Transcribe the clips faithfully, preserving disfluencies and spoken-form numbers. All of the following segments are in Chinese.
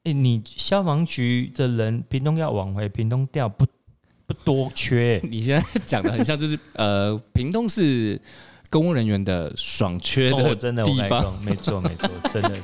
哎，你消防局的人屏东要往回屏东调不不多缺、欸， 你现在讲的很像就是呃，屏东是公务人员的爽缺的地方， 哦、真的我说没错没错，真的是。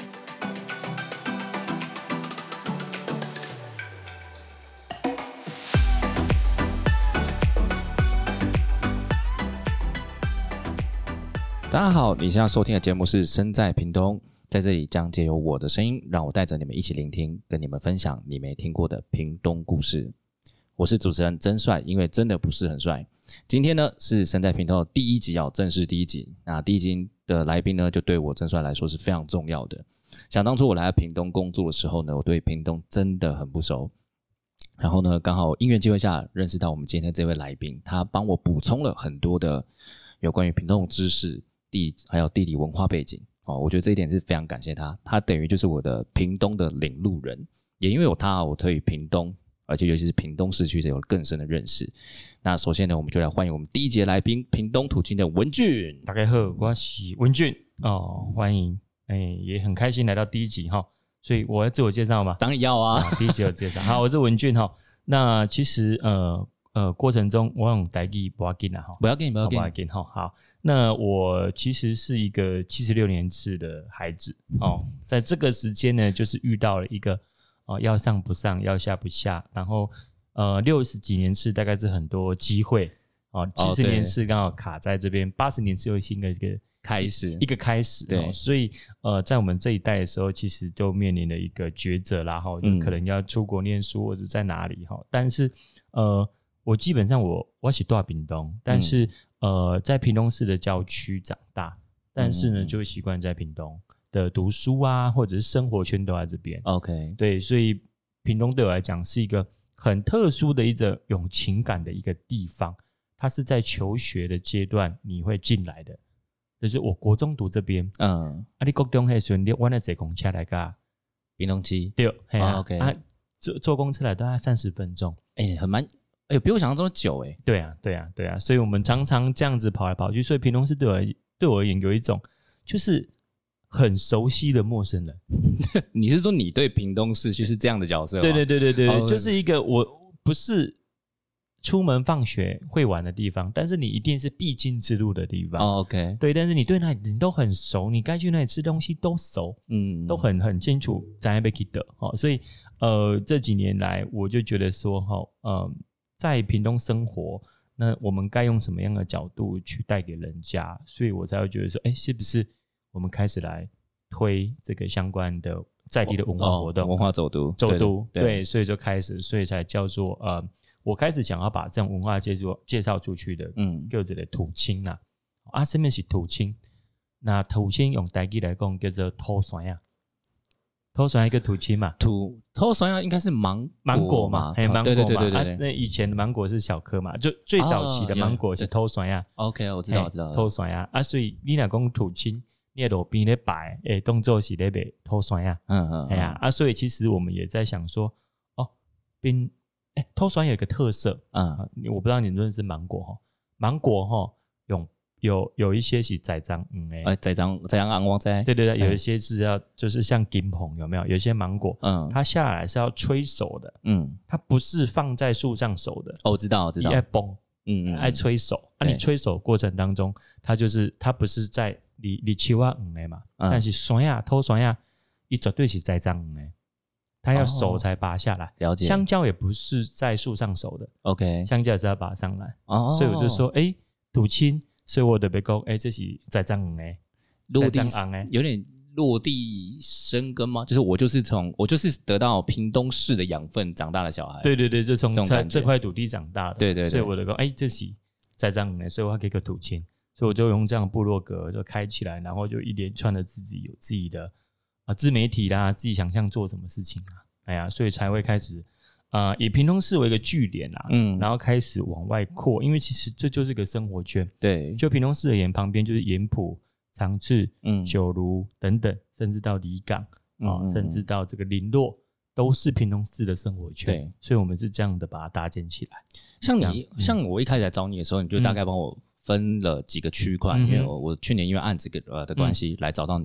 大家好，你现在收听的节目是身在屏东，在这里将借由我的声音，让我带着你们一起聆听，跟你们分享你没听过的屏东故事。我是主持人真帅，因为真的不是很帅。今天呢是身在屏东的第一集哦，正式第一集。那第一集的来宾呢，就对我真帅来说是非常重要的。想当初我来到屏东工作的时候呢，我对屏东真的很不熟。然后呢，刚好因缘机会下认识到我们今天这位来宾，他帮我补充了很多的有关于屏东的知识。地还有地理文化背景哦，我觉得这一点是非常感谢他，他等于就是我的屏东的领路人，也因为有他，我对于屏东，而且尤其是屏东市区有了更深的认识。那首先呢，我们就来欢迎我们第一节来宾，屏东土青的文俊。 大家好，我是文俊哦，欢迎，哎，也很开心来到第一集哈，所以我要自我介绍吗？ 当然要啊， 啊第一集有介绍，好，我是文俊哈。那其实呃。呃，过程中我用台语不要紧啦， 不要紧，不要紧， 不要紧哈。好，那我其实是一个七十六年次的孩子哦，在这个时间呢，就是遇到了一个哦要上不上，要下不下，然后呃六十几年次大概是很多机会哦，七十年次刚好卡在这边，八十年次有新的一个开始， 一个开始，对，哦、所以呃在我们这一代的时候，其实就面临了一个抉择啦，哈，就可能要出国念书或者在哪里哈，但是呃。我基本上我我是住屏东，但是、嗯、呃在屏东市的郊区长大，但是呢、嗯、就会习惯在屏东的读书啊，或者是生活圈都在这边。 OK， 对，所以屏东对我来讲是一个很特殊的一个有情感的一个地方，它是在求学的阶段你会进来的，就是我国中读这边，嗯，啊你国中那时候你我那坐公车来噶， 屏东区对，啊、 哦、OK， 啊坐坐公车来大概三十分钟， 哎、欸，很蛮。哎呦，比我想象中的久哎！ 对啊，对啊，对啊，所以我们常常这样子跑来跑去，所以屏东市对我对我而言有一种就是很熟悉的陌生人。 你是说你对屏东市区是这样的角色吗？ 对对对对对， 哦、 就是一个我不是出门放学会玩的地方，但是你一定是必经之路的地方。 哦、OK， 对，但是你对那里你都很熟，你该去那里吃东西都熟，嗯，都很很清楚在那边去的哦。所以呃这几年来，我就觉得说哈，呃。在屏东生活，那我们该用什么样的角度去带给人家？所以我才会觉得说，哎，是不是我们开始来推这个相关的在地的文化活动， 哦、文化走读， 走读， 对, 对, 对，所以就开始，所以才叫做呃，我开始想要把这种文化介绍介绍出去的，嗯，叫做土青啦，啊，什么是土青？那土青用台语来讲叫做土酸呀。土酸一个土青嘛， 土土酸应该是芒芒果嘛，哎，芒果嘛， 对对对对对、 啊，那以前的芒果是小颗嘛，就最早期的芒果是土酸呀。 OK， 我知道，我知道， 土酸呀，啊，所以你若讲土青，你在路边咧摆，诶，当作是咧卖土酸呀，嗯嗯，哎呀，啊，所以其实我们也在想说，哦，边，哎，土酸有一个特色，嗯，我不知道你认识芒果哈，芒果哈用。有有一些是栽赃嗯诶， 哎，栽赃栽赃我知， 对对对，有一些是要就是像金蓬有没有？有一些芒果，嗯，它下来是要吹熟的，嗯，它不是放在树上熟的。 哦，我知道，我知道， 你爱崩，嗯嗯，爱吹熟。啊，你吹熟过程当中，它就是它不是在你你秋啊嗯诶嘛，嗯、但是酸呀偷酸呀，你绝对是栽赃嗯诶，它要熟才拔下来。哦、 了解。 香蕉也不是在树上熟的 ，OK， 香蕉也是要拔上来。哦，所以我就说，哎，土青。所以我就被讲，哎、欸，这是栽赃红诶， 落地有点落地生根吗？就是我就是从我就是得到屏东市的养分长大的小孩。 对对对，就从这这块土地长大的。 对对对， 所以我就讲，哎、欸，这是栽赃红诶，所以我给个土青，所以我就用这样的部落格就开起来，然后就一连串的自己有自己的啊自媒体啦，自己想象做什么事情啊，哎呀，所以才会开始。啊、呃，以屏东市为一个据点啦，嗯，然后开始往外扩，因为其实这就是个生活圈， 对， 就屏东市而言，旁边就是盐埔、长治、嗯、九如等等，甚至到离港啊、嗯，甚至到这个林落，都是屏东市的生活圈，对，所以我们是这样的把它搭建起来。 像你，嗯、像我一开始来找你的时候，你就大概帮我分了几个区块，嗯、因为我去年因为案子呃的关系、嗯、来找到你。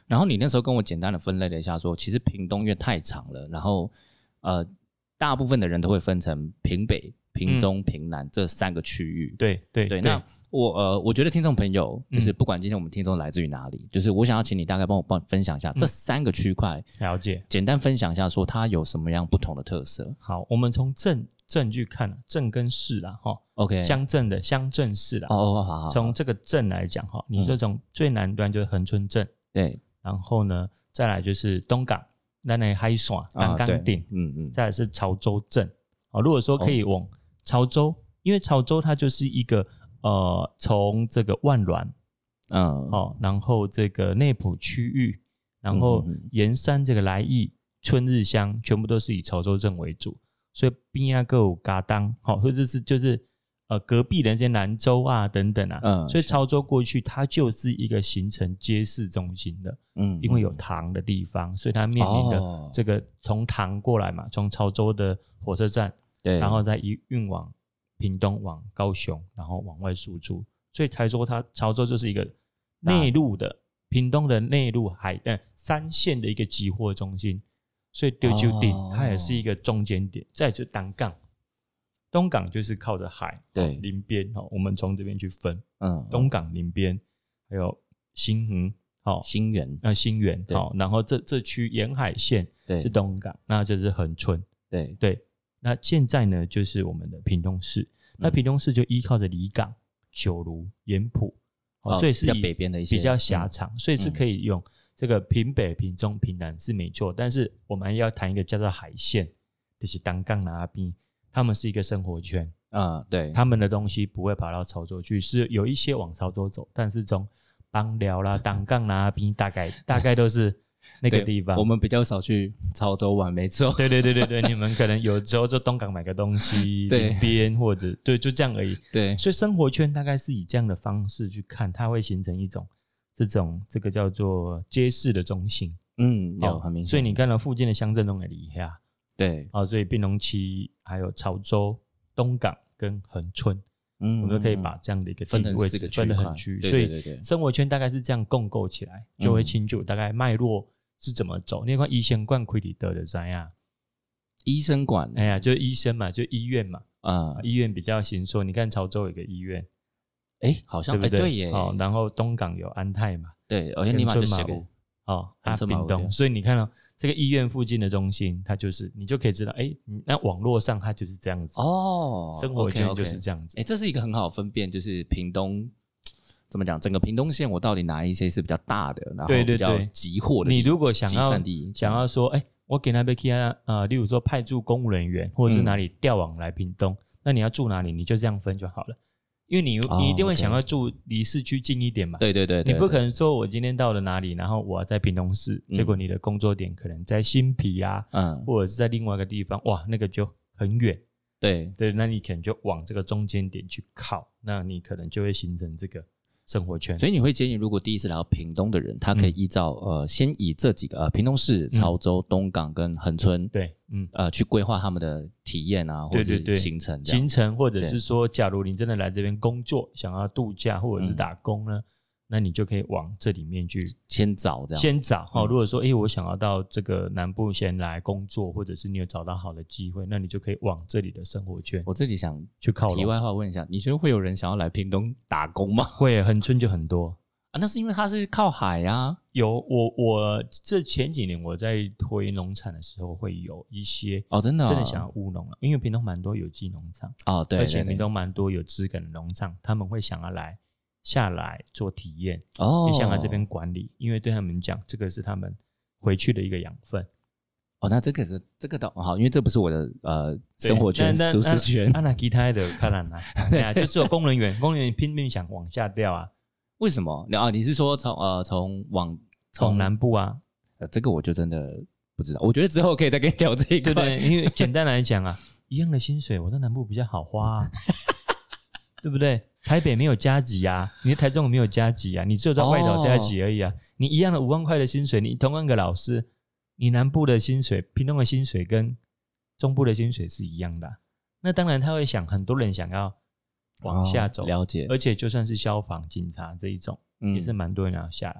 然后你那时候跟我简单的分类了一下说，其实屏东因为太长了，然后呃，大部分的人都会分成屏北、屏中、屏南这三个区域。 对对对，那我呃，我觉得听众朋友就是不管今天我们听众来自于哪里，嗯、就是我想要请你大概帮我帮分享一下、嗯、这三个区块， 了解， 简单分享一下说它有什么样不同的特色。 好，我们从镇镇去看，镇跟市啦，哈 ，OK， 乡镇的乡镇市啦， 哦哦，好好， 从这个镇来讲哈，你说从最南端就是恒春镇， 对， 然后呢，再来就是东港，那那海线、单港顶，嗯嗯，再来是潮州镇。好，如果说可以往潮州，哦、因为潮州它就是一个呃，从这个万峦，嗯，哦，然后这个内埔区域，然后盐山这个来义、春日乡，全部都是以潮州镇为主。所以边啊个有嘎当，好，所以这是就是呃隔壁的那些南州啊等等啊，嗯，所以潮州过去它就是一个形成街市中心的，嗯，因为有糖的地方，所以它面临的这个从糖过来嘛，从潮州的火车站，对，然后再一运往屏东、往高雄，然后往外输出，所以才说它潮州就是一个内陆的屏东的内陆海呃三线的一个集货中心。所以丢九顶它也是一个中间点，再来就是东港，东港就是靠着海，对，临边，我们从这边去分，嗯，东港临边，还有新恒，好， 新园， 呃，新园，好，然后这这区沿海线是东港，那这是恒春，对对，那现在呢就是我们的屏东市，那屏东市就依靠着离港、九如、盐埔，哦，所以是以北边的一些比较狭长，所以是可以用。这个屏北、屏中、屏南是没错，但是我们要谈一个叫做海线，就是东港那边，他们是一个生活圈啊、嗯，对，他们的东西不会跑到潮州去，是有一些往潮州走，但是从邦寮啦、东港那边，大概大概都是那个地方。 我们比较少去潮州玩，没错。 对对对对对，你们可能有时候就东港买个东西，对边或者对，就这样而已。对，所以生活圈大概是以这样的方式去看，它会形成一种。这种这个叫做街市的中心，嗯，有很明显，所以你看到附近的乡镇都很厉害，对，哦，所以滨龙期还有潮州、东港跟恒春，嗯，我们都可以把这样的一个地理位置分得很区，所以生活圈大概是这样共构起来，就会清楚大概脉络是怎么走。你看医生馆开里得的怎样？ 医生馆， 哎呀，就医生嘛，就医院嘛，啊、嗯，医院比较行说，你看潮州有个医院。 哎，好像对不对？对耶。 哦，然后东港有安泰嘛， 对，而且立马就写个哦，阿屏东，所以你看到、哦、这个医院附近的中心，它就是你就可以知道，哎，那网络上它就是这样子哦，生活圈就是这样子。 哎、okay, okay ，这是一个很好分辨，就是屏东怎么讲，整个屏东县我到底哪一些是比较大的，然后比较集货的， 你如果想要想要说，哎，我给那边去啊，呃，例如说派驻公务人员或者是哪里调往来屏东、嗯，那你要住哪里，你就这样分就好了。因为你你一定会想要住离市区近一点嘛， 对对 对, 对， 你不可能说我今天到了哪里，然后我要在屏东市、嗯，结果你的工作点可能在新埤啊，嗯，或者是在另外一个地方，哇，那个就很远，对对，那你可能就往这个中间点去靠，那你可能就会形成这个生活圈。 所以你会建议，如果第一次来到屏东的人，他可以依照、嗯、呃，先以这几个呃，屏东市、潮州、嗯、东港跟恒春，对，嗯，呃，去规划他们的体验啊，或者是行程这样， 行程，或者是说，假如你真的来这边工作，想要度假或者是打工呢？嗯，那你就可以往这里面去先找这样， 先找哈、嗯。如果说，哎，我想要到这个南部先来工作，或者是你有找到好的机会，那你就可以往这里的生活圈。 我自己想去靠拢。 题外话问一下，你觉得会有人想要来屏东打工吗？ 会，恒春就很多啊。那是因为它是靠海啊。 有，我我这前几年我在推农产的时候，会有一些哦，真的、哦、 真的想要务农了，因为屏东蛮多有机农场哦，对，而且屏东蛮多有资本的农场，他们会想要来。下来做体验哦，也想来这边管理，因为对他们讲，这个是他们回去的一个养分。 哦，那这个是这个倒好，因为这不是我的呃生活圈、舒适圈。 啊，那其他的看然啦，对啊，就只有公人员，公人员拼命想往下掉啊。 为什么？啊，你是说从呃从往从南部啊？ 呃，这个我就真的不知道。我觉得之后可以再跟你聊这一个，对对，因为简单来讲啊，一样的薪水，我在南部比较好花啊。对不对？台北没有加级啊，你在台中没有加级啊，你只有在外岛加级而已啊。哦、你一样的五万块的薪水，你同样个老师，你南部的薪水、屏东的薪水跟中部的薪水是一样的、啊。那当然他会想，很多人想要往下走， 哦、了解。 而且就算是消防、警察这一种，嗯、也是蛮多人要下来，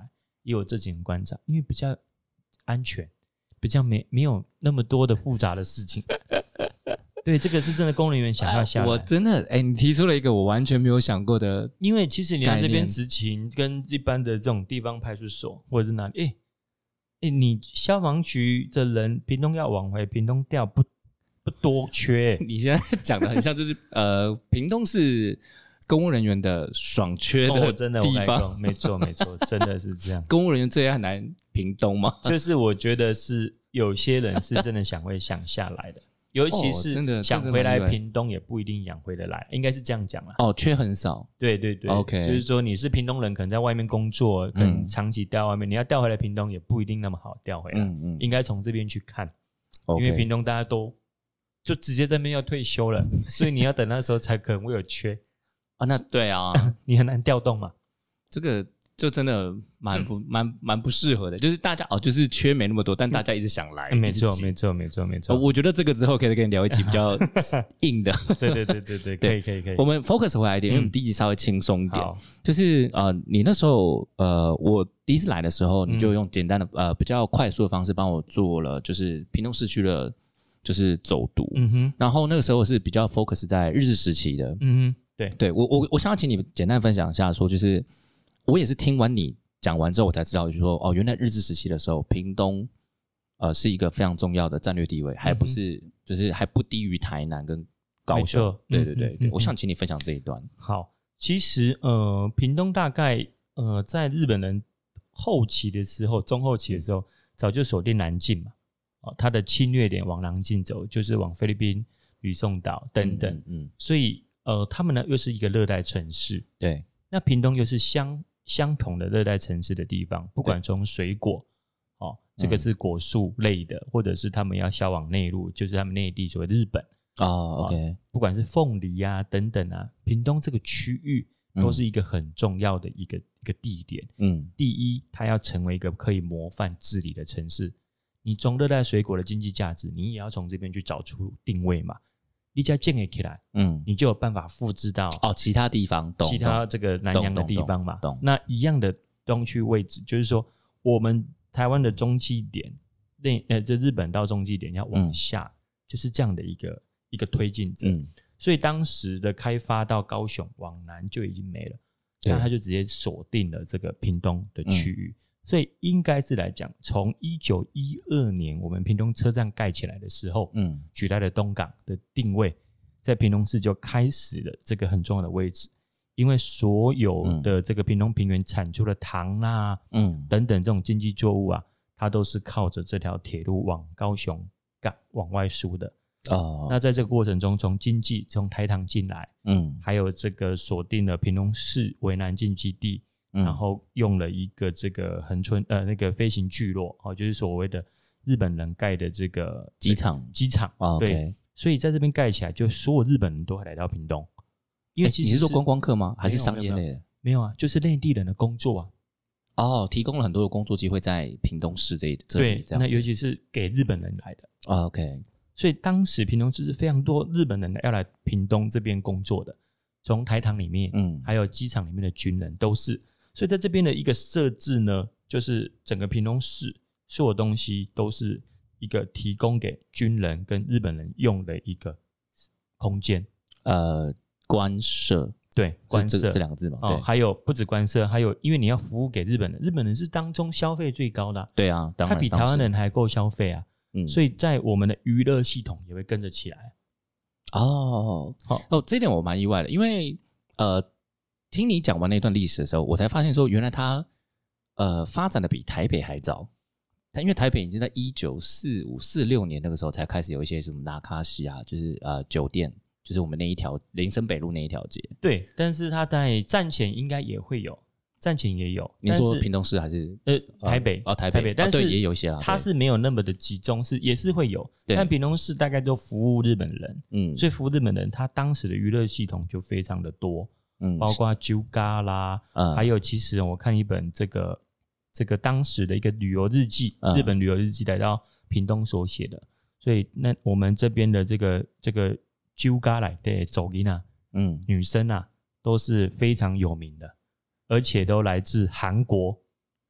也有这几年观察，因为比较安全，比较没没有那么多的复杂的事情。对，这个是真的公务人员想要下来。 我真的，哎、欸，你提出了一个我完全没有想过的， 因为其实你在这边执勤，跟一般的这种地方派出所或者是哪里，哎、欸、哎、欸，你消防局的人，屏东要往回屏东调不不多缺、欸。 你现在讲的很像就是呃，屏东是公务人员的爽缺的地方， 哦、真的地方，没错没错，真的是这样。 公务人员最爱来屏东吗？ 就是我觉得是有些人是真的想会想下来的。尤其是想回来屏东也不一定养回得来，应该是这样讲啦。 哦，缺很少。 对对对 ，OK， 就是说你是屏东人，可能在外面工作，可能长期调外面，嗯、你要调回来屏东也不一定那么好调回来。嗯嗯，应该从这边去看， okay. 因为屏东大家都就直接在那边要退休了，所以你要等那时候才可能会有缺啊。那对啊， 你很难调动嘛。 这个就真的蛮不蛮蛮不适合的，就是大家哦，就是缺没那么多，但大家一直想来， 嗯、没错没错没错没错、 哦。我觉得这个之后可以跟你聊一集比较硬的， 对对对对对，可以可以可以。 我们 focus 回来一点，因为我们第一集稍微轻松一点， 嗯、 就是呃，你那时候呃，我第一次来的时候，你就用简单的、嗯、呃比较快速的方式帮我做了，就是屏东市区的，就是走读，嗯哼。然后那个时候是比较 focus 在日治时期的， 嗯哼，对对，我我我想要请你简单分享一下，说就是我也是听完你讲完之后，我才知道，就是说，哦，原来日治时期的时候，屏东，呃，是一个非常重要的战略地位，还不是，嗯、就是还不低于台南跟高雄。对对对对、嗯，我想请你分享这一段。 好，其实呃，屏东大概呃，在日本人后期的时候，中后期的时候，嗯、早就锁定南进嘛，哦，它的侵略点往南进走，就是往菲律宾、吕宋岛等等，嗯，嗯所以呃，他们呢又是一个热带城市， 对， 那屏东又是相。相同的热带城市的地方，不管从水果，哦，这个是果树类的，或者是他们要销往内陆，就是他们内地所谓的日本哦 ，OK， 不管是凤梨啊等等啊，屏东这个区域都是一个很重要的一个、嗯、一个地点。嗯，第一，它要成为一个可以模范治理的城市，你种热带水果的经济价值，你也要从这边去找出定位嘛。你只要建立起来，嗯，你就有办法复制到哦其他地方， 其他这个南洋的地方嘛。那一样的东区位置，就是说我们台湾的中继点，那呃，这日本到中继点要往下，嗯、就是这样的一个一个推进者。嗯，所以当时的开发到高雄往南就已经没了，那他就直接锁定了这个屏东的区域。嗯、所以应该是来讲，从一九一二年我们屏东车站盖起来的时候，嗯，取代了东港的定位，在屏东市就开始了这个很重要的位置，因为所有的这个屏东平原产出的糖啊，嗯，等等这种经济作物啊，它都是靠着这条铁路往高雄港往外输的。哦，那在这个过程中，从经济从台糖进来，嗯，还有这个锁定了屏东市为南进基地。嗯、然后用了一个这个恒春呃那个飞行聚落，哦，就是所谓的日本人盖的这个机场机场、哦、对、okay 所以在这边盖起来，就所有日本人都会来到屏东。 因为其实是你是说观光客吗？还是商业类的？ 没有, 没有啊，就是内地人的工作啊。 哦，提供了很多的工作机会在屏东市这这里。对，那尤其是给日本人来的。 哦、OK， 所以当时屏东市是非常多日本人要来屏东这边工作的，从台糖里面，嗯，还有机场里面的军人都是。所以在这边的一个设置呢，就是整个屏东市所有东西都是一个提供给军人跟日本人用的一个空间。 呃，官舍， 对，官舍这, 这两个字嘛、哦。对， 还有不止官舍，还有因为你要服务给日本人，日本人是当中消费最高的、啊。 对啊，当然他比台湾人还够消费啊。嗯，所以在我们的娱乐系统也会跟着起来。 哦，好哦，这一点我蛮意外的，因为呃。听你讲完那段历史的时候，我才发现说，原来它呃发展的比台北还早。因为台北已经在一九四五、四六年那个时候才开始有一些什么纳卡西啊，就是呃酒店，就是我们那一条林森北路那一条街。 对，但是它在战前应该也会有，战前也有。 你说屏东市还是呃台北？ 哦，台北，台北， 但是、 哦、对也有一些啦。 它是没有那么的集中，是也是会有。但屏东市大概都服务日本人，嗯，所以服务日本人，他当时的娱乐系统就非常的多。嗯，包括酒家啦、嗯，还有其实我看一本这个这个当时的一个旅游日记、嗯，日本旅游日记来到屏东所写的，所以那我们这边的这个这个酒家来的走音啊，嗯，女生啊都是非常有名的，而且都来自韩国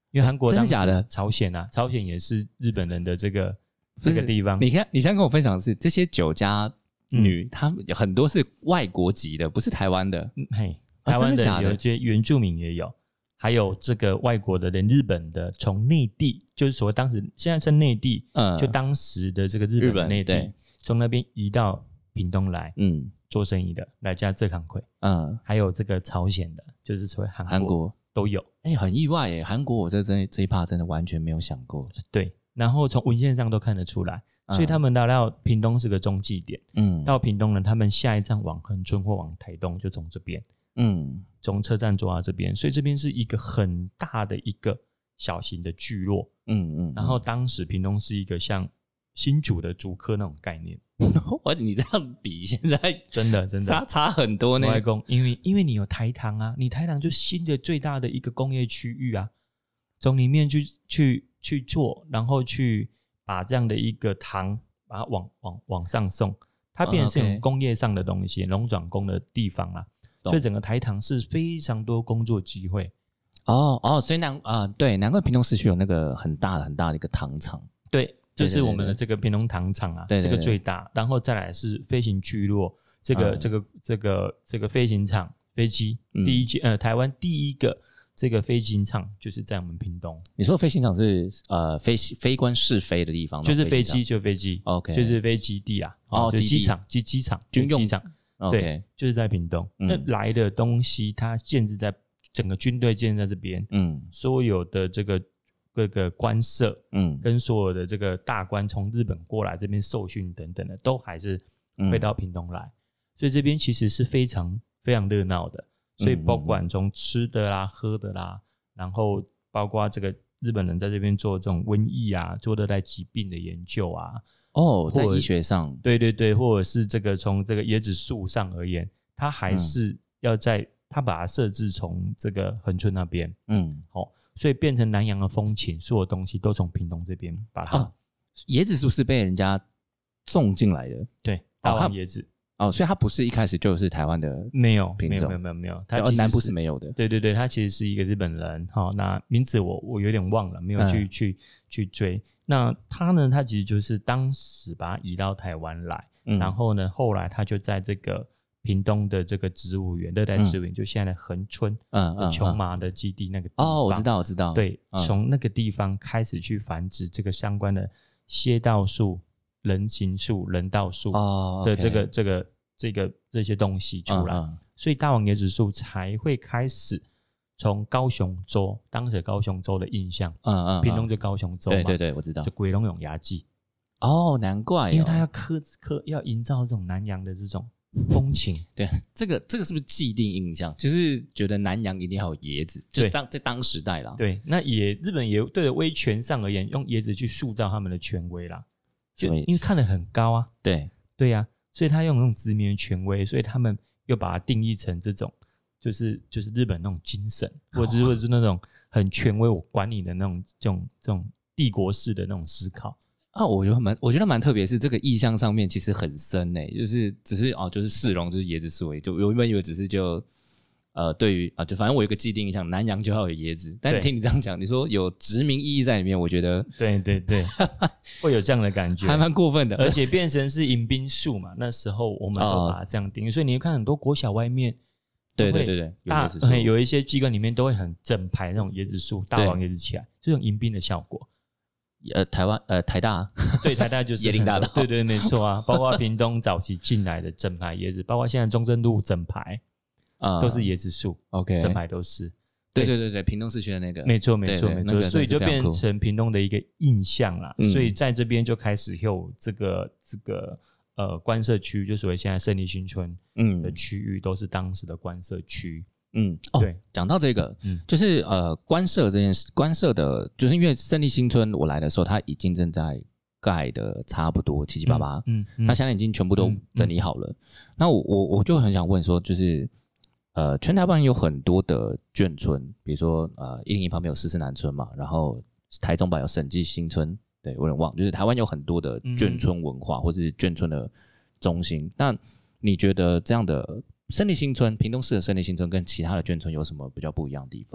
因为韩国真的假的？ 朝鲜啊，朝鲜也是日本人的这个这个地方。 你看，你现在跟我分享的是这些酒家女，嗯、她们很多是外国籍的，不是台湾的。 嘿，台湾的有一些原住民也有，还有这个外国的，连日本的，从内地，就是所谓当时现在是内地，嗯，就当时的这个日本的内地，从那边移到屏东来，嗯，做生意的，来加浙康会，嗯，还有这个朝鲜的，就是所谓韩国。韩国都有， 哎、欸，很意外耶！韩国我这这这一趴真的完全没有想过。 对，然后从文献上都看得出来，嗯、所以他们来到屏东是个中继点。嗯，到屏东呢，他们下一站往恒春或往台东就从这边，嗯，从车站坐到这边，所以这边是一个很大的一个小型的聚落。嗯 嗯, 嗯，然后当时屏东是一个像新竹的竹科那种概念。 哇，你这样比现在真的真的差差很多呢。 外公，因为因为你有台糖啊，你台糖就新的最大的一个工业区域啊，从里面去去去做，然后去把这样的一个糖把它往往往上送，它变成是很工业上的东西，农转工的地方啦。所以整个台糖是非常多工作机会。 哦哦，所以难啊、呃，对，难怪屏东市区有那个很大的很大的一个糖厂。 对。就是我们的这个屏东糖厂啊，对对对对，这个最大，然后再来是飞行聚落，这个、嗯、这个这个这个飞行场飞机、嗯、第一届呃台湾第一个这个飞行场就是在我们屏东。 你说飞行场是呃飞飞官试飞的地方， 就是飞机就飞机 ，OK， 就是飞基地啊，哦，就是机场机机场军用机场， okay， 对，就是在屏东、嗯。那来的东西它建置在整个军队建置在这边，嗯，所有的这个。各个官舍，嗯，跟所有的这个大官从日本过来这边受训等等的，都还是会到屏东来、嗯，所以这边其实是非常非常热闹的。所以不管从吃的啦、喝的啦，然后包括这个日本人在这边做这种瘟疫啊、做热带疾病的研究啊， 哦，在医学上， 对对对，或者是这个从这个椰子树上而言，它还是要在、嗯、它把它设置从这个恒春那边，嗯，好、哦。所以变成南洋的风情，所有东西都从屏东这边把它。哦， 椰子树是被人家种进来的， 对，大王椰子。 哦，所以它不是一开始就是台湾的没有品种，没有没有没有， 它南部是没有的。 对对对，它其实是一个日本人，好、哦，那名字我我有点忘了，没有去、嗯、去去追。那他呢，他其实就是当时把它移到台湾来、嗯，然后呢，后来他就在这个。屏东的这个植物园，热带植物园、嗯，就现在的恒春，嗯嗯，琼麻的基地那个地方， 哦，我知道，我知道， 对，从、嗯、那个地方开始去繁殖这个相关的萜道树、人行树、人道树的这个、哦 okay、这个这个这些东西出来，嗯嗯，所以大王椰子树才会开始从高雄州，当时高雄州的印象，嗯嗯，屏东就高雄州嘛， 对对对，我知道， 就鬼龙永牙祭， 哦，难怪、哦， 因为他要刻刻要营造这种南洋的这种。风情， 对，这个这个是不是既定印象？就是觉得南洋一定要有椰子，就当在当时代啦。 对，那也日本也对威权上而言，用椰子去塑造他们的权威啦。就因为看得很高啊， 对对呀、啊，所以他用那种殖民的权威，所以他们又把它定义成这种，就是就是日本那种精神，或者是或者是那种很权威，我管你的那种这种这种帝国式的那种思考。 啊，我觉得蛮，我觉得蛮特别，是这个意象上面其实很深诶、欸，就是只是哦，就是市容就是椰子树而已，就我原本以为只是就呃，对于啊，就反正我有一个既定印象，南洋就要有椰子，但听你这样讲，你说有殖民意义在里面，我觉得对对对，会有这样的感觉， 还蛮过分的， 而且变成是迎宾树嘛，那时候我们都把它这样定义、哦，所以你会看很多国小外面， 对对对对， 有椰子树，有一些机关里面都会很整排那种椰子树，大王椰子起来，这种迎宾的效果。 呃，台湾呃台大， 对，台大就是椰林大道， 对对，没错啊，包括屏东早期进来的整排椰子，包括现在中正路整排啊、嗯，都是椰子树 ，OK， 整排都是， 对对对对，屏东市区的那个， 没错没错没错、那個，所以就变成屏东的一个印象啦、嗯，所以在这边就开始有这个这个呃官舍区，就所谓现在胜利新村的区域、嗯，都是当时的官舍区。 嗯，哦，对，讲到这个，嗯，就是呃，官舍这件事，官舍的，就是因为胜利新村我来的时候，它已经正在盖的差不多七七八八，嗯，它、嗯、现在已经全部都整理好了。嗯嗯、那我我我就很想问说，就是呃，全台湾有很多的眷村，比如说呃，一零一旁边有四四南村嘛，然后台中吧有审计新村，对我有点忘，就是台湾有很多的眷村文化、嗯、或者是眷村的中心。那你觉得这样的胜利新村，屏东市的胜利新村跟其他的眷村有什么比较不一样的地方？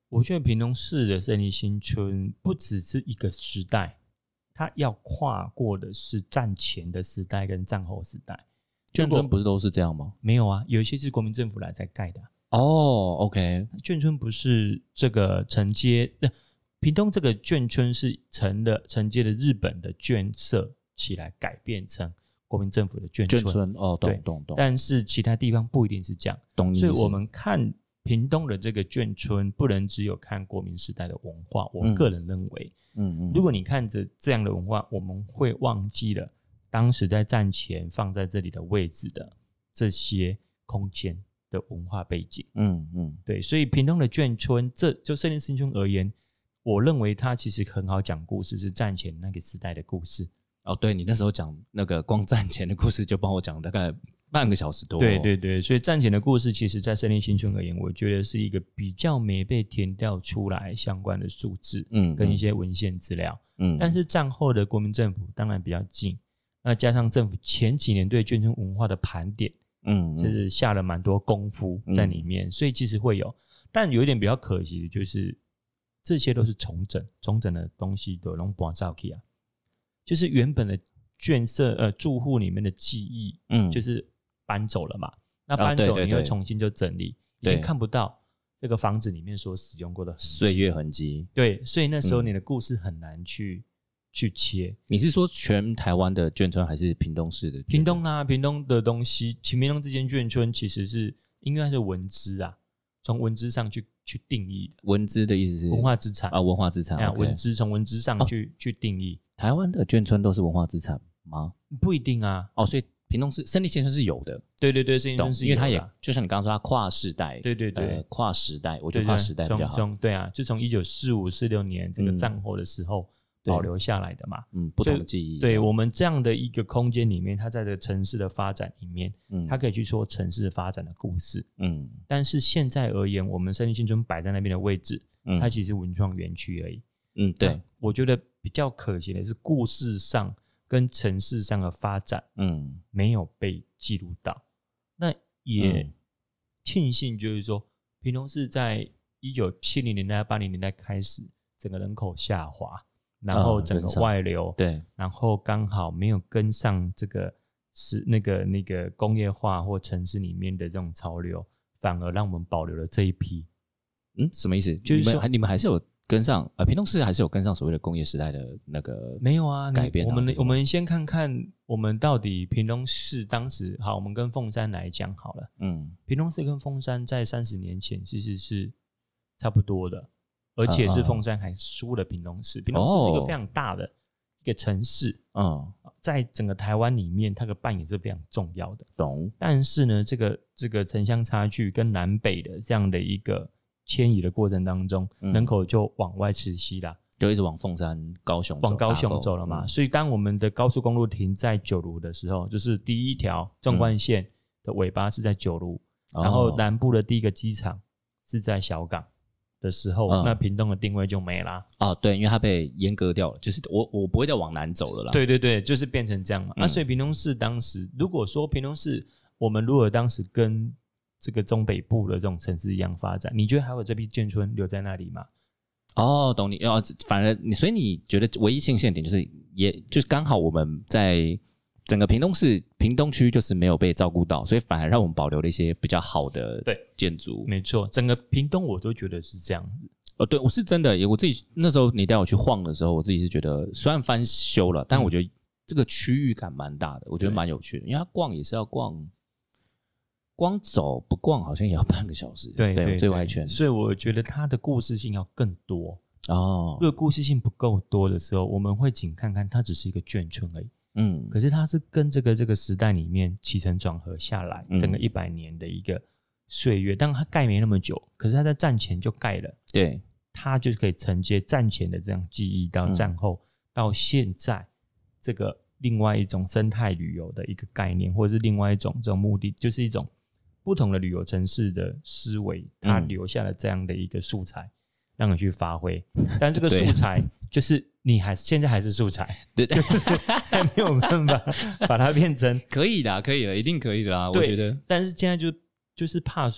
我觉得屏东市的胜利新村不只是一个时代，它要跨过的是战前的时代跟战后时代。 眷村不是都是这样吗？ 没有啊，有一些是国民政府来才盖的、啊。 哦 ，OK， 眷村不是这个承接，呃，屏东这个眷村是承的承接了日本的眷舍起来改变成国民政府的眷村。 眷村哦，懂懂懂。 但是其他地方不一定是这样， 懂。 所以我们看屏东的这个眷村，不能只有看国民时代的文化。我个人认为，嗯嗯，如果你看着这样的文化，我们会忘记了当时在战前放在这里的位置的这些空间的文化背景。嗯嗯，对，所以屏东的眷村，这就胜利新村而言，我认为它其实很好讲故事，是战前那个时代的故事。 哦，对，你那时候讲那个光战前的故事，就帮我讲大概半个小时多。 对对对，所以战前的故事，其实在胜利新村而言，我觉得是一个比较没被填调出来相关的数字，嗯，跟一些文献资料，嗯，但是战后的国民政府当然比较近，那加上政府前几年对眷村文化的盘点，嗯，就是下了蛮多功夫在里面，嗯，所以其实会有，但有一点比较可惜的就是，这些都是重整，重整的东西都弄搬走去啊。就是原本的眷舍呃住户里面的记忆，嗯，就是搬走了嘛。那搬走你会重新就整理，已经看不到这个房子里面所使用过的岁月痕迹。 对，所以那时候你的故事很难去、嗯、去切。 你是说全台湾的眷村，还是屏东市的眷村？ 屏东啊，屏东的东西，屏东这间眷村其实是应该是文资啊，从文资上去去定义的。 文资的意思是文化资产啊，文化资产。 啊， okay， 文资从文资上去、哦、去定义。 台湾的眷村都是文化资产吗？ 不一定啊。 哦，所以屏东市胜利新村是有的。 对对对，胜利新村是有的， 因为它也就像你刚刚说，它跨世代。 对对对， 呃、跨时代，我觉得跨时代比较好。 对对，从对啊，就从一九四五、四六年这个战后的时候、嗯、保留下来的嘛。 嗯，不同的记忆。 对，我们这样的一个空间里面，它在这个城市的发展里面，嗯，它可以去说城市发展的故事。嗯，但是现在而言，我们胜利新村摆在那边的位置，嗯，它其实文创园区而已。嗯，对，我觉得比较可惜的是故事上跟城市上的发展，嗯，没有被记录到。那也庆幸，就是说，屏东市在一九七零年代、八零年代开始，整个人口下滑，然后整个外流， 对， 然后刚好没有跟上这个是那个那个工业化或城市里面的这种潮流，反而让我们保留了这一批。 嗯，什么意思？就是说，你们, 你们还是有跟上，呃，屏东市还是有跟上所谓的工业时代的那个没有啊改变、啊。 我们我们先看看我们到底屏东市当时好，我们跟凤山来讲好了。嗯，屏东市跟凤山在三十年前其实是差不多的，而且是凤山还输了屏东市。屏东市是一个非常大的一个城市，嗯，在整个台湾里面，它的扮演是非常重要的。 懂。 但是呢，这个这个城乡差距跟南北的这样的一个迁移的过程当中，嗯、人口就往外窒息啦， 就一直往凤山、高雄往高雄走了嘛、嗯。所以当我们的高速公路停在九如的时候，就是第一条纵贯线的尾巴是在九如、嗯，然后南部的第一个机场是在小港的时候，嗯、那屏东的定位就没啦。 哦，对，因为它被阉割掉了，就是我我不会再往南走了啦。 对对对，就是变成这样嘛。那、嗯啊、所以屏东市当时，如果说屏东市，我们如果当时跟这个中北部的这种城市一样发展，你觉得还有这批眷村留在那里吗？ 哦，懂你。哦，反而你，所以你觉得唯一新鲜点就是，也就是刚好我们在整个屏东市、屏东区就是没有被照顾到，所以反而让我们保留了一些比较好的建筑。 没错，整个屏东我都觉得是这样子。 哦，对，我是真的，我自己那时候你带我去晃的时候，我自己是觉得虽然翻修了，但我觉得这个区域感蛮大的，我觉得蛮有趣的，因为它逛也是要逛。光走不逛好像也要半个小时， 对 对, 对， 最外圈， 所以我觉得它的故事性要更多哦。如果故事性不够多的时候，我们会仅看看它只是一个眷村而已，嗯，可是它是跟这个这个时代里面起承转合下来，嗯、整个一百年的一个岁月。当然它盖没那么久，可是它在战前就盖了， 对， 它就可以承接战前的这样记忆到战后、嗯、到现在这个另外一种生态旅游的一个概念，或者是另外一种这种目的，就是一种。不同的旅游城市的思维，它留下了这样的一个素材，嗯、让你去发挥。但这个素材就是你还现在还是素材， 对， 还没有办法把它变成可以的，可以的，一定可以的啦。我觉得， 但是现在就就是怕说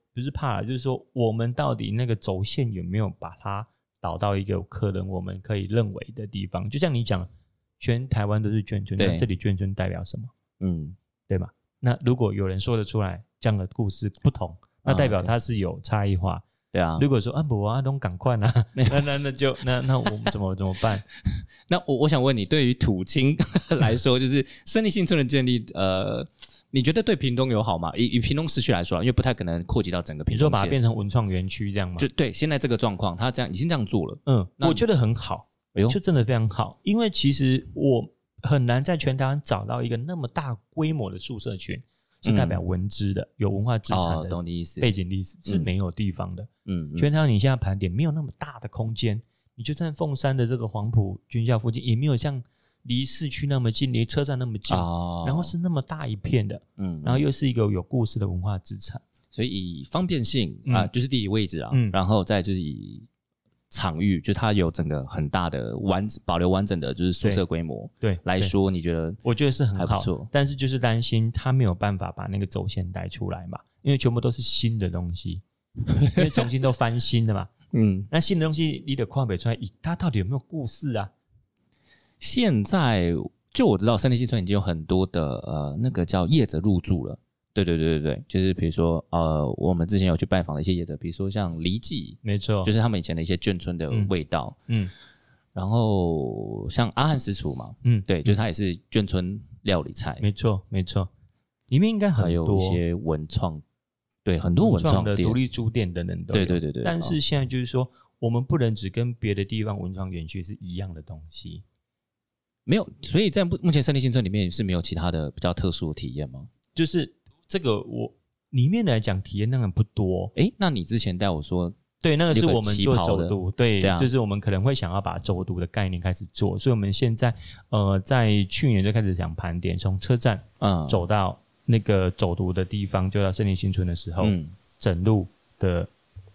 不是怕，就是说我们到底那个轴线有没有把它导到一个可能我们可以认为的地方？就像你讲，全台湾都是眷村，那这里眷村代表什么？嗯，对吧？那如果有人说得出来这样的故事不同，那代表它是有差异化。 对啊， 如果说啊不啊，都赶快啊，那那那就那那我们怎么怎么办？ 那我我想问你，对于土青来说，就是胜利新村的建立，呃，你觉得对屏东有好吗？以以屏东市区来说，因为不太可能扩及到整个屏东县， 你说把它变成文创园区这样吗？ 就对，现在这个状况，他这样已经这样做了， 嗯，我觉得很好，哎呦，就真的非常好，因为其实我很难在全台湾找到一个那么大规模的宿舍群。是代表文资的、嗯、有文化资产的背景历史、哦、是没有地方的。嗯，全台湾你现在盘点没有那么大的空间，你就算凤山的这个黄埔军校附近，也没有像离市区那么近，离车站那么近，哦、然后是那么大一片的，嗯，然后又是一个有故事的文化资产， 所以以方便性啊、嗯呃，就是地理位置啊，嗯，然后再就是以。场域就它有整个很大的完保留完整的就是宿舍规模， 对来说，你觉得？ 我觉得是很好， 还不错， 但是就是担心它没有办法把那个轴线带出来嘛，因为全部都是新的东西，因为重新都翻新的嘛，嗯，那新的东西你得看不出来，它到底有没有故事啊？ 现在就我知道，胜利新村已经有很多的呃那个叫业者入驻了。对对对对对，就是比如说呃，我们之前有去拜访的一些业者，比如说像黎记， 没错， 就是他们以前的一些眷村的味道，嗯，嗯然后像阿汉私厨嘛，嗯，对，就是他也是眷村料理菜， 没错没错，里面应该很多， 还有一些文创，对，很多文创的独立书店等等都有， 对对对对， 但是现在就是说，我们不能只跟别的地方文创园区是一样的东西， 没有，所以在目前胜利新村里面是没有其他的比较特殊的体验吗？ 就是。这个我里面来讲体验当然不多， 诶，那你之前带我说， 对，那个是我们做走读，对，对啊、就是我们可能会想要把走读的概念开始做，所以我们现在呃在去年就开始想盘点，从车站嗯走到那个走读的地方，就到胜利新村的时候，嗯，整路的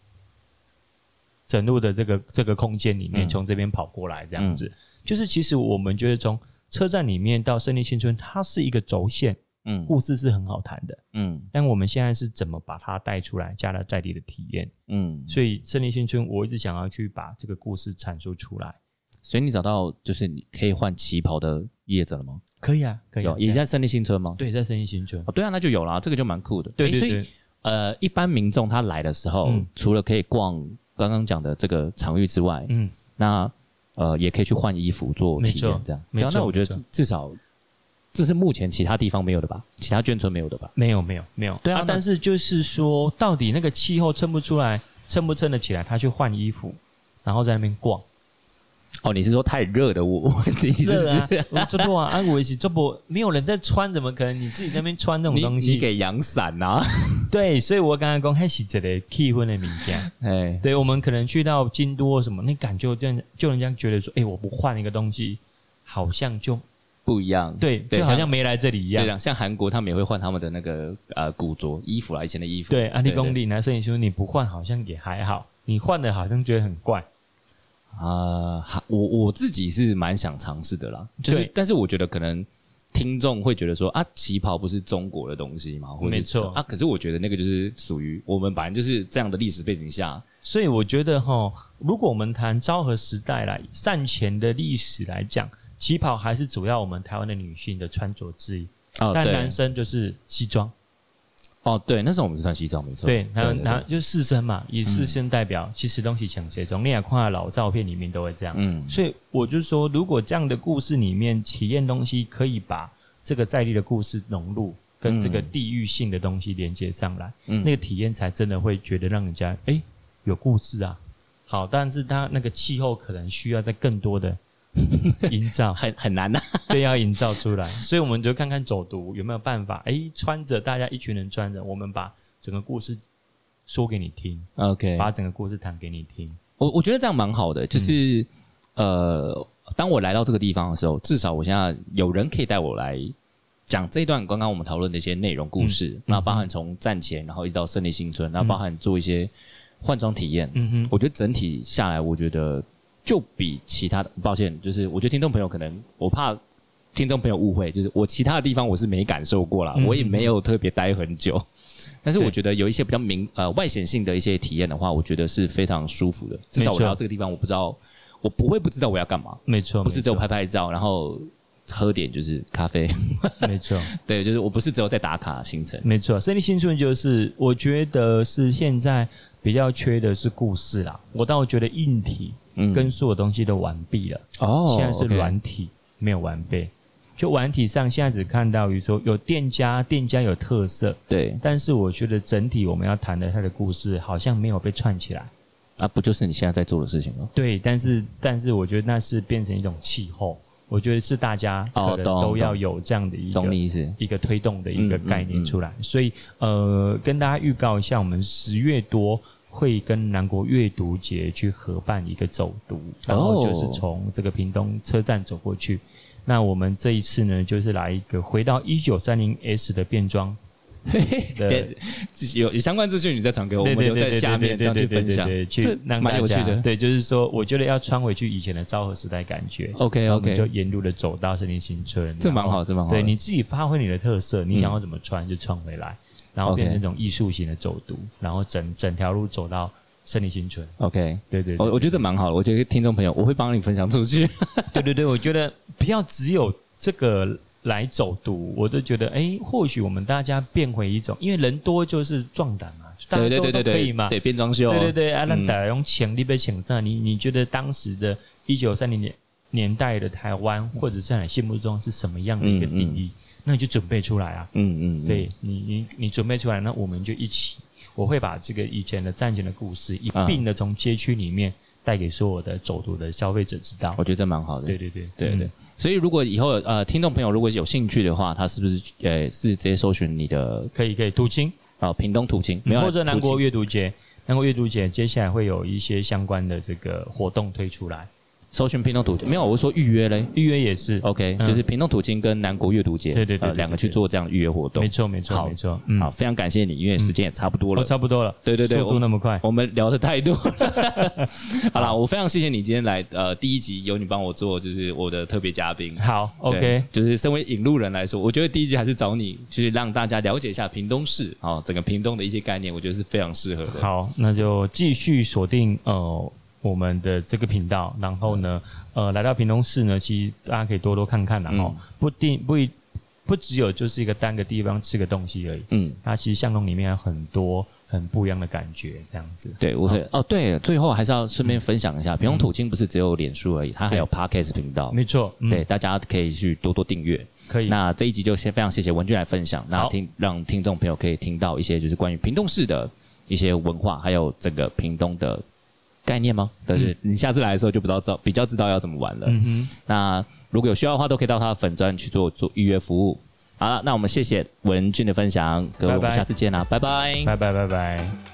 整路的这个这个空间里面，从、嗯、这边跑过来这样子，嗯、就是其实我们觉得从车站里面到胜利新村，它是一个轴线。嗯，故事是很好谈的，嗯，但我们现在是怎么把它带出来，加了在地的体验，嗯，所以胜利新村我一直想要去把这个故事阐述出来。 所以你找到就是你可以换旗袍的业者了吗？ 可以啊，可以、啊。 有，也在胜利新村吗？ 对，在胜利新村。 哦，对啊，那就有啦，这个就蛮酷的。 对对对。 所以呃，一般民众他来的时候，嗯、除了可以逛刚刚讲的这个场域之外，嗯，那呃也可以去换衣服做体验，这样。没错。那我觉得至少。这是目前其他地方没有的吧？其他眷村没有的吧？ 没有，没有，没有。 对啊， 啊但是就是说，到底那个气候撑不出来，撑不撑得起来？他去换衣服，然后在那边逛。 哦，你是说太热的我问题是不是？ 热啊！我做多啊，啊，我是做不没有人在穿，怎么可能你自己在那边穿这种东西？ 你, 你给阳伞啊？ 对，所以我刚刚讲还是一个气氛的物件。哎，对，我们可能去到京都或什么，你感觉就就人家觉得说，哎、欸，我不换一个东西，好像就。 不一样， 对，对就好像没来这里一样。 对，像韩国他们也会换他们的那个呃古着衣服啦，以前的衣服。 对，安利公里男摄影师你不换好像也还好，你换的好像觉得很怪。 啊、呃，我我自己是蛮想尝试的啦，就是但是我觉得可能听众会觉得说啊，旗袍不是中国的东西吗？或者没错啊，可是我觉得那个就是属于我们本来就是这样的历史背景下。 所以我觉得齁，如果我们谈昭和时代来战前的历史来讲。旗袍还是主要我们台湾的女性的穿着之一，哦、但男生就是西装。 哦，对，那时候我们是穿西装没错。 对，然后然后就士绅嘛，以士绅代表，嗯、其实东西像这种，你也看老照片里面都会这样。嗯，所以我就说，如果这样的故事里面体验东西，可以把这个在地的故事融入，跟这个地域性的东西连接上来，嗯、那个体验才真的会觉得让人家哎有故事啊。好，但是它那个气候可能需要在更多的。营造很很难啊， 对，要营造出来，所以我们就看看走读有没有办法，哎，穿着大家一群人穿着，我们把整个故事说给你听 ，OK， 把整个故事谈给你听。 我我觉得这样蛮好的，就是、嗯、呃，当我来到这个地方的时候，至少我现在有人可以带我来讲这一段刚刚我们讨论的一些内容故事，嗯、那包含从战前，然后一直到胜利新村，然后包含做一些换装体验。嗯哼，我觉得整体下来，我觉得。就比其他的，抱歉，就是我觉得听众朋友可能我怕听众朋友误会，就是我其他的地方我是没感受过啦，嗯、我也没有特别待很久。但是我觉得有一些比较明呃外显性的一些体验的话，我觉得是非常舒服的。至少我来到这个地方，我不知道，我不会不知道我要干嘛。 没错， 不是只有拍拍照，然后喝点就是咖啡。 没错， 对，就是我不是只有在打卡行程。 没错，森林新村就是我觉得是现在比较缺的是故事啦。我倒觉得硬体跟所有东西都完毕了，哦、嗯，现在是软体、okay. 没有完备。就软体上现在只看到于说有店家，店家有特色， 对， 但是我觉得整体我们要谈的它的故事好像没有被串起来。 啊，不就是你现在在做的事情吗？ 对，但是但是我觉得那是变成一种气候，我觉得是大家可能都要有这样的一个、 懂你意思一个推动的一个概念出来。嗯嗯嗯、所以呃，跟大家预告一下，我们十月多会跟南国阅读节去合办一个走读，然后就是从这个屏东车站走过去。那我们这一次呢，就是来一个回到一九三零 S 的变装的， 有有相关资讯你再传给我，我们留在下面这样去分享， 去让蛮有趣的。对，就是说，我觉得要穿回去以前的昭和时代感觉。 OK OK， 我们就沿路的走到森林新村， 这蛮好，这蛮好。 对，你自己发挥你的特色，你想要怎么穿就穿回来，嗯、然后变成那种艺术型的走读，然后整整条路走到森林新村。 OK， 对 对, 對， 我我觉得这蛮好的。我觉得听众朋友，我会帮你分享出去。 对对对，我觉得不要只有这个来走读，我都觉得哎，或许我们大家变回一种，因为人多就是壮胆嘛，大家都都可以嘛， 对变装秀， 对对对，啊，让大家用钱，你被请上，你你觉得当时的一九三零年年代的台湾，或者在你心目中是什么样的一个定义？嗯嗯，那你就准备出来啊，嗯 嗯, 嗯，对你你你准备出来，那我们就一起。我会把这个以前的战前的故事一并的从街区里面带给所有的走读的消费者知道。 我觉得这蛮好的。 对对对对 对, 对、嗯。所以如果以后呃听众朋友如果有兴趣的话，他是不是呃是直接搜寻你的？ 可以可以，土青啊、哦，屏东土青， 或者南国阅读节，南国阅读节接下来会有一些相关的这个活动推出来。 搜寻屏东土青没有，我是说预约嘞， 预约也是 OK，、嗯、就是屏东土青跟南国阅读节， 对对 对, 對， 两、呃、个去做这样预约活动， 没错没错没错， 嗯，好，非常感谢你，因为时间也差不多了， 哦、差不多了， 对对对， 速度那么快， 我, 我们聊的太多了，好啦，我非常谢谢你今天来，呃，第一集由你帮我做，就是我的特别嘉宾， 好 ，OK， 就是身为引路人来说，我觉得第一集还是找你，就是让大家了解一下屏东市啊、哦，整个屏东的一些概念，我觉得是非常适合的。 好，那就继续锁定呃。我们的这个频道，然后呢，呃，来到屏东市呢，其实大家可以多多看看啦，哈、嗯，不定不一不只有就是一个单个地方吃个东西而已，嗯，它其实巷弄里面有很多很不一样的感觉，这样子。 对，我是哦，对，最后还是要顺便分享一下，屏东土青不是只有脸书而已，它还有 Podcast 频道， 没错， 嗯、对，大家可以去多多订阅。 可以。 那这一集就先非常谢谢文君来分享，那听让听众朋友可以听到一些就是关于屏东市的一些文化，还有整个屏东的概念吗？对对、嗯，你下次来的时候就不知道知道比较知道要怎么玩了。嗯哼，那如果有需要的话，都可以到他的粉专去做做预约服务。好了，那我们谢谢文君的分享，各位，我们下次见啦，拜拜， 拜拜，拜拜。